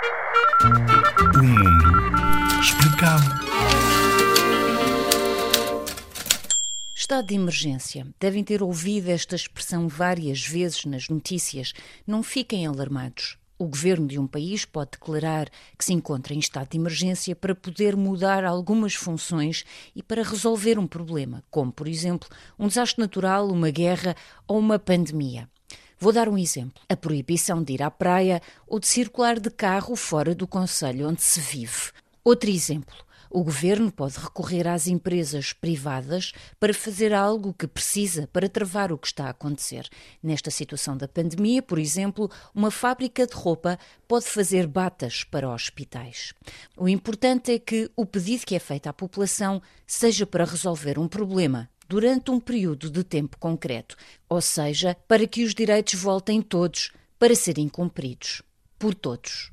O mundo explicado. Estado de emergência. Devem ter ouvido esta expressão várias vezes nas notícias. Não fiquem alarmados. O governo de um país pode declarar que se encontra em estado de emergência para poder mudar algumas funções e para resolver um problema, como, por exemplo, um desastre natural, uma guerra ou uma pandemia. Vou dar um exemplo. A proibição de ir à praia ou de circular de carro fora do concelho onde se vive. Outro exemplo. O governo pode recorrer às empresas privadas para fazer algo que precisa para travar o que está a acontecer. Nesta situação da pandemia, por exemplo, uma fábrica de roupa pode fazer batas para hospitais. O importante é que o pedido que é feito à população seja para resolver um problema durante um período de tempo concreto, ou seja, para que os direitos voltem todos para serem cumpridos por todos.